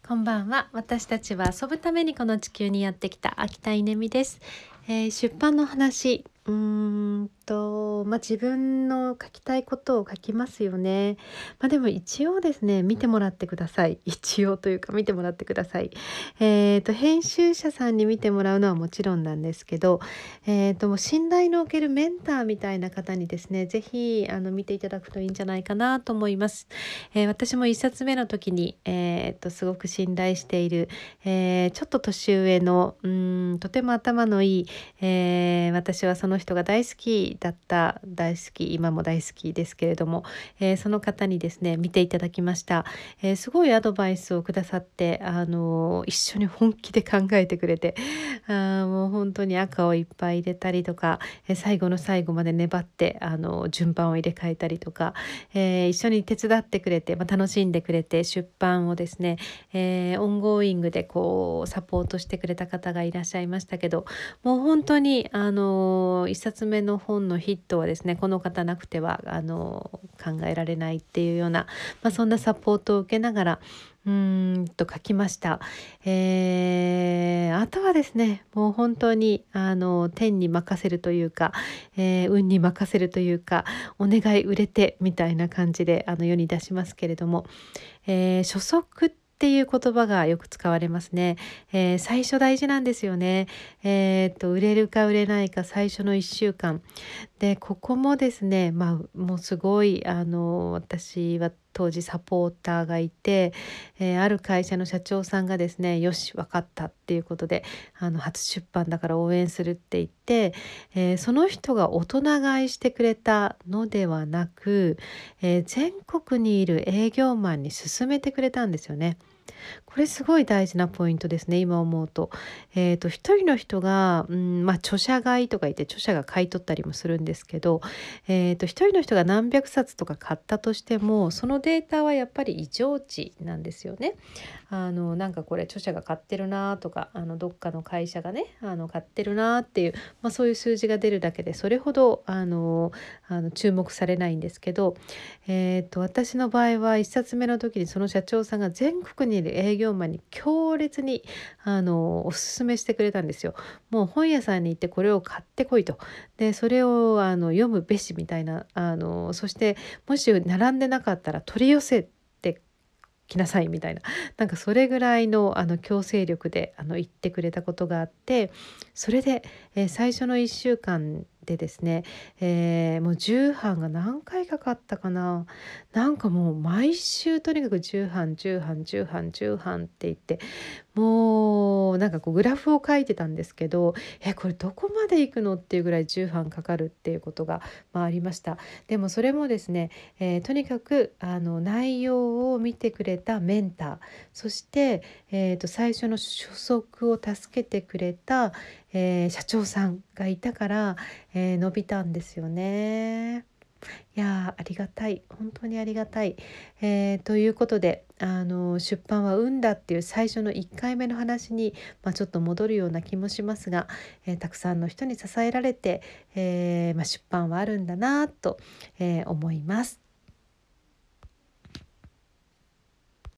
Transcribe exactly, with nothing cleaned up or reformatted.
こんばんは。私たちは遊ぶためにこの地球にやってきた秋田稲美です。えー出版の話、うーんと、まあ、自分の書きたいことを書きますよね。まあ、でも一応ですね、見てもらってください。一応というか見てもらってください。えーと、編集者さんに見てもらうのはもちろんなんですけど、えーと、もう信頼のおけるメンターみたいな方にですね、ぜひあの見ていただくといいんじゃないかなと思います。えー私も一冊目の時に、えーと、すごく信頼している、えーちょっと年上の、うーん、とても頭のいい、えー私はその人が大好きだった、大好き、今も大好きですけれども、えーその方にですね、見ていただきました。えーすごいアドバイスをくださって、あのー一緒に本気で考えてくれて、あーもう本当に赤をいっぱい入れたりとか、えー最後の最後まで粘って、あのー順番を入れ替えたりとか、えー一緒に手伝ってくれて、まあ、楽しんでくれて出版をですね、えーオンゴーイングでこうサポートしてくれた方がいらっしゃいましたけど、もう本当にあの一冊目の本のヒットはですね、この方なくてはあの考えられないっていうような、まあ、そんなサポートを受けながらうーんと書きました。えーあとはですね、もう本当にあの天に任せるというか、えー運に任せるというか、お願い売れてみたいな感じであの世に出しますけれども、えー初速っていう言葉がよく使われますね。えー最初大事なんですよね。えーと売れるか売れないか最初のいっしゅうかんで、ここもですね、まあもうすごいあの私は当時サポーターがいて、えーある会社の社長さんがですね、よし分かったっていうことで、あの初出版だから応援するって言って、えーその人が大人買いしてくれたのではなく、えー全国にいる営業マンに勧めてくれたんですよね。これすごい大事なポイントですね、今思うと。えっと、一人の人が、うん、まあ、著者買いとか言って著者が買い取ったりもするんですけど、えっと、一人の人が何百冊とか買ったとしても、そのデータはやっぱり異常値なんですよね。あの、なんかこれ著者が買ってるなとか、あの、どっかの会社がね、あの、買ってるなっていう、まあ、そういう数字が出るだけで、それほど、あの、あの注目されないんですけど、えっと、私の場合は一冊目の時にその社長さんが全国にいる営業マンに強烈にあのおすすめしてくれたんですよ。もう本屋さんに行ってこれを買ってこいと。でそれをあの読むべしみたいな、あのそしてもし並んでなかったら取り寄せてきなさいみたいな、なんかそれぐらいのあの強制力であの言ってくれたことがあって、それで、えー最初のいっしゅうかんでですね、えーもうじゅう版が何回かかったかな、なんかもう毎週とにかくじゅう版じゅう版じゅう版じゅう版って言って、もうなんかこうグラフを書いてたんですけど、えこれどこまで行くのっていうぐらいじゅう版かかるっていうことが、まあ、ありました。でもそれもですね、えーとにかくあの内容を見てくれたメンター、そして、えーと最初の初速を助けてくれた、えー社長さんがいたから、えー伸びたんですよね。いやーありがたい、本当にありがたい。えーということで、あの出版は運だっていう最初のいっかいめの話に、まあ、ちょっと戻るような気もしますが、えーたくさんの人に支えられて、えーまあ、出版はあるんだなと、えー思います。